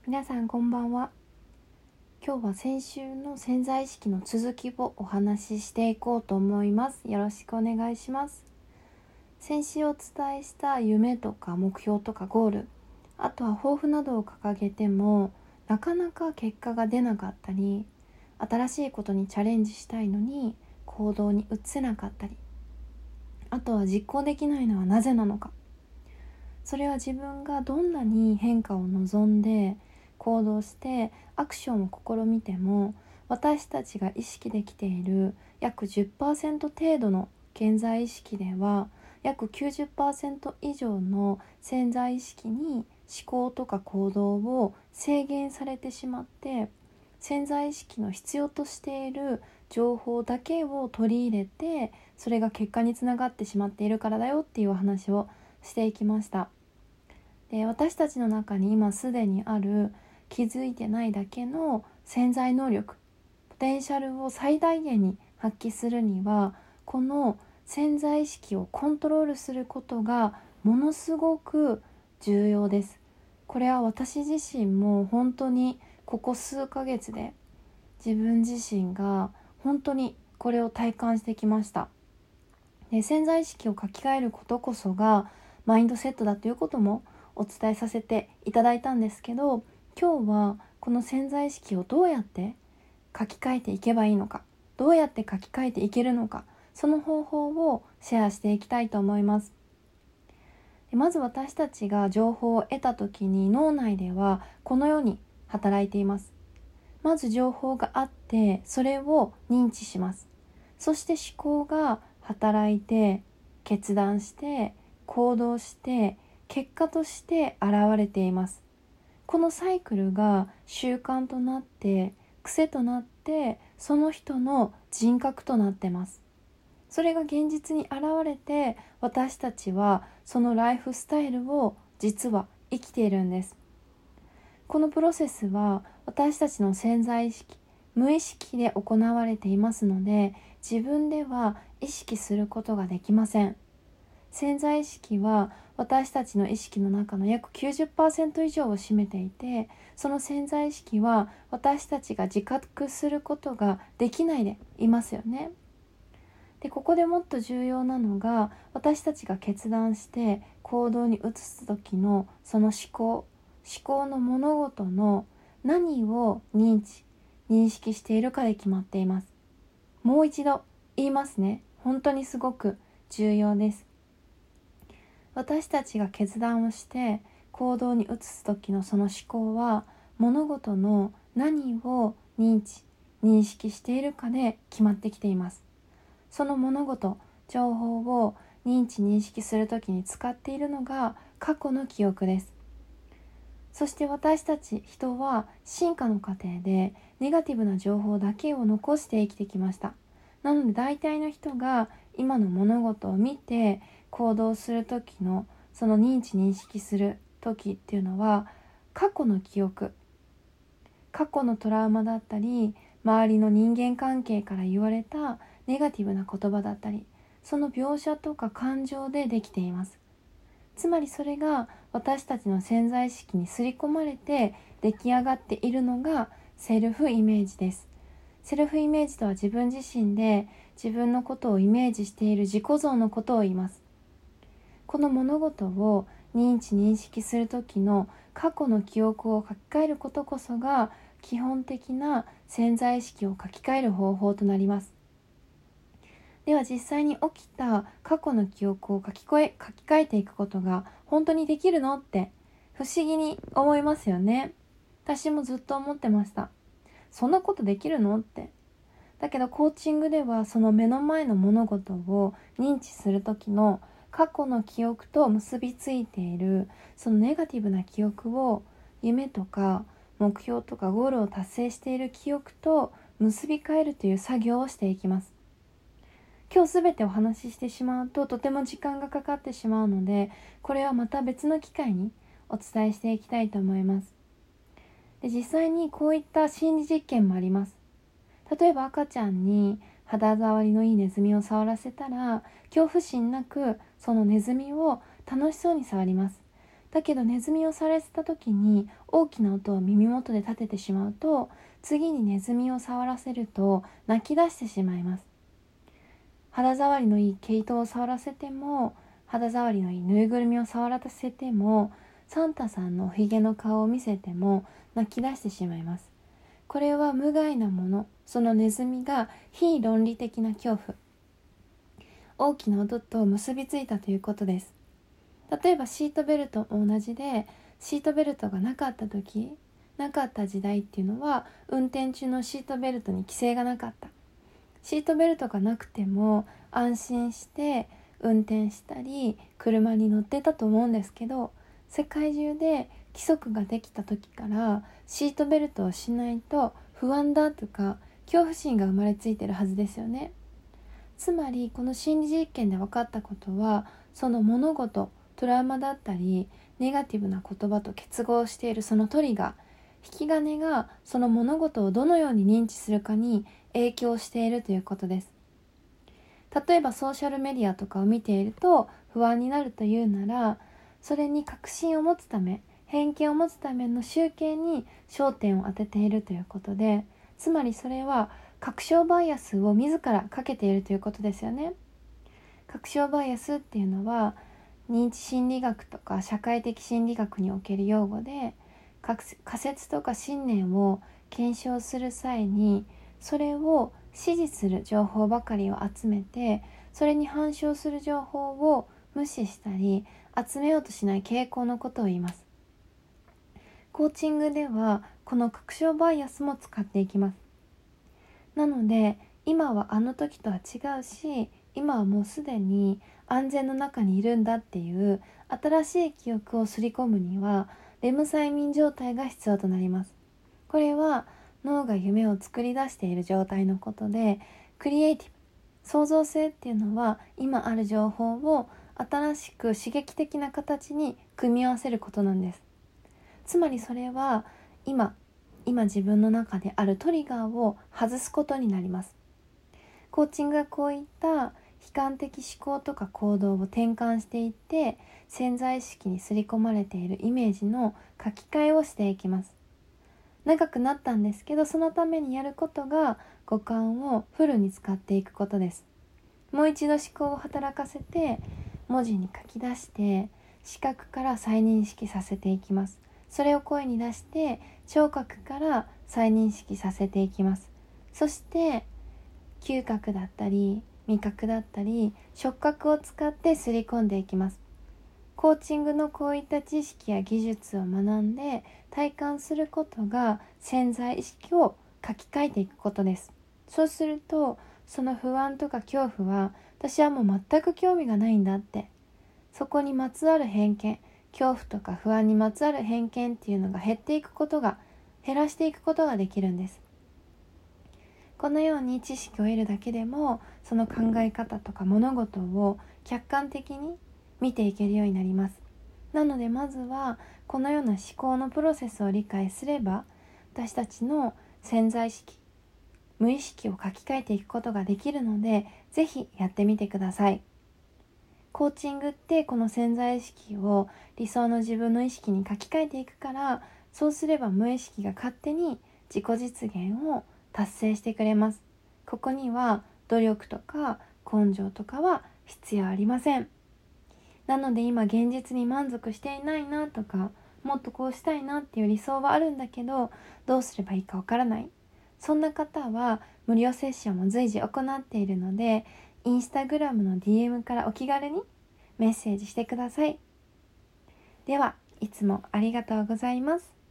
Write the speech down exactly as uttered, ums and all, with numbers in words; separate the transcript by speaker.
Speaker 1: 皆さんこんばんは。今日は先週の潜在意識の続きをお話ししていこうと思います。よろしくお願いします。先週お伝えした夢とか目標とかゴール、あとは抱負などを掲げてもなかなか結果が出なかったり、新しいことにチャレンジしたいのに行動に移せなかったり、あとは実行できないのはなぜなのか。それは自分がどんなに変化を望んで行動してアクションを試みても、私たちが意識できている約 じゅっパーセント 程度の潜在意識では、約 きゅうじゅっパーセント 以上の潜在意識に思考とか行動を制限されてしまって、潜在意識の必要としている情報だけを取り入れて、それが結果につながってしまっているからだよっていうお話をしていきました。で、私たちの中に今すでにある気づいてないだけの潜在能力、ポテンシャルを最大限に発揮するには、この潜在意識をコントロールすることがものすごく重要です。これは私自身も本当にここ数ヶ月で自分自身が本当にこれを体感してきました。で、潜在意識を書き換えることこそがマインドセットだということもお伝えさせていただいたんですけど、今日はこの潜在意識をどうやって書き換えていけばいいのか、どうやって書き換えていけるのか、その方法をシェアしていきたいと思います。で、まず私たちが情報を得た時に脳内ではこのように働いています。まず情報があって、それを認知します。そして思考が働いて、決断して行動して、結果として現れています。このサイクルが習慣となって、癖となって、その人の人格となってます。それが現実に現れて、私たちはそのライフスタイルを実は生きているんです。このプロセスは私たちの潜在意識、無意識で行われていますので、自分では意識することができません。潜在意識は私たちの意識の中の約 きゅうじゅっパーセント 以上を占めていて、その潜在意識は私たちが自覚することができないでいますよね。で、ここでもっと重要なのが、私たちが決断して行動に移す時のその思考思考の物事の何を認知認識しているかで決まっています。もう一度言いますね。本当にすごく重要です。私たちが決断をして行動に移す時のその思考は、物事の何を認知認識しているかで決まってきています。その物事、情報を認知認識するときに使っているのが過去の記憶です。そして私たち人は進化の過程でネガティブな情報だけを残して生きてきました。なので大体の人が今の物事を見て行動するときのその認知認識するときっていうのは、過去の記憶、過去のトラウマだったり、周りの人間関係から言われたネガティブな言葉だったり、その描写とか感情でできています。つまりそれが私たちの潜在意識に刷り込まれて出来上がっているのがセルフイメージです。セルフイメージとは自分自身で自分のことをイメージしている自己像のことを言います。この物事を認知認識する時の過去の記憶を書き換えることこそが基本的な潜在意識を書き換える方法となります。では実際に起きた過去の記憶を書き換え、書き換えていくことが本当にできるのって不思議に思いますよね。私もずっと思ってました。そんなことできるのって。だけどコーチングではその目の前の物事を認知する時の過去の記憶と結びついているそのネガティブな記憶を、夢とか目標とかゴールを達成している記憶と結び替えるという作業をしていきます。今日すべてお話ししてしまうととても時間がかかってしまうので、これはまた別の機会にお伝えしていきたいと思います。で、実際にこういった心理実験もあります。例えば赤ちゃんに肌触りのいいネズミを触らせたら、恐怖心なくそのネズミを楽しそうに触ります。 だけどネズミを触らせた時に大きな音を耳元で立ててしまうと、次にネズミを触らせると泣き出してしまいます。肌触りのいい毛糸を触らせても、肌触りのいいぬいぐるみを触らせても、サンタさんのひげの顔を見せても泣き出してしまいます。これは無害なもの、そのネズミが非論理的な恐怖、大きな音と結びついたということです。例えばシートベルトも同じで、シートベルトがなかった時、なかった時代っていうのは、運転中のシートベルトに規制がなかった。シートベルトがなくても安心して運転したり車に乗ってたと思うんですけど、世界中で規則ができた時からシートベルトをしないと不安だとか恐怖心が生まれついてるはずですよね。つまりこの心理実験で分かったことは、その物事、トラウマだったりネガティブな言葉と結合しているそのトリガー、引き金がその物事をどのように認知するかに影響しているということです。例えばソーシャルメディアとかを見ていると不安になるというなら、それに確信を持つため、偏見を持つための集計に焦点を当てているということで、つまりそれは確証バイアスを自らかけているということですよね。確証バイアスっていうのは認知心理学とか社会的心理学における用語で、仮説とか信念を検証する際にそれを支持する情報ばかりを集めて、それに反証する情報を無視したり集めようとしない傾向のことを言います。コーチングではこの確証バイアスも使っていきます。なので今はあの時とは違うし、今はもうすでに安全の中にいるんだっていう新しい記憶をすり込むにはレム催眠状態が必要となります。これは脳が夢を作り出している状態のことで、クリエイティブ、創造性っていうのは今ある情報を新しく刺激的な形に組み合わせることなんです。つまりそれは今今自分の中であるトリガーを外すことになります。コーチングがこういった悲観的思考とか行動を転換していって、潜在意識に刷り込まれているイメージの書き換えをしていきます。長くなったんですけど、そのためにやることが五感をフルに使っていくことです。もう一度思考を働かせて文字に書き出して、視覚から再認識させていきます。それを声に出して聴覚から再認識させていきます。そして嗅覚だったり味覚だったり触覚を使ってすり込んでいきます。コーチングのこういった知識や技術を学んで体感することが潜在意識を書き換えていくことです。そうするとその不安とか恐怖は、私はもう全く興味がないんだって、そこにまつわる偏見、恐怖とか不安にまつわる偏見っていうのが減っていくことが減らしていくことができるんです。このように知識を得るだけでも、その考え方とか物事を客観的に見ていけるようになります。なのでまずはこのような思考のプロセスを理解すれば、私たちの潜在意識、無意識を書き換えていくことができるので、ぜひやってみてください。コーチングってこの潜在意識を理想の自分の意識に書き換えていくから、そうすれば無意識が勝手に自己実現を達成してくれます。ここには努力とか根性とかは必要ありません。なので今現実に満足していないなとか、もっとこうしたいなっていう理想はあるんだけど、どうすればいいかわからない、そんな方は無料セッションも随時行っているので、インスタグラムの ディーエム からお気軽にメッセージしてください。では、いつもありがとうございます。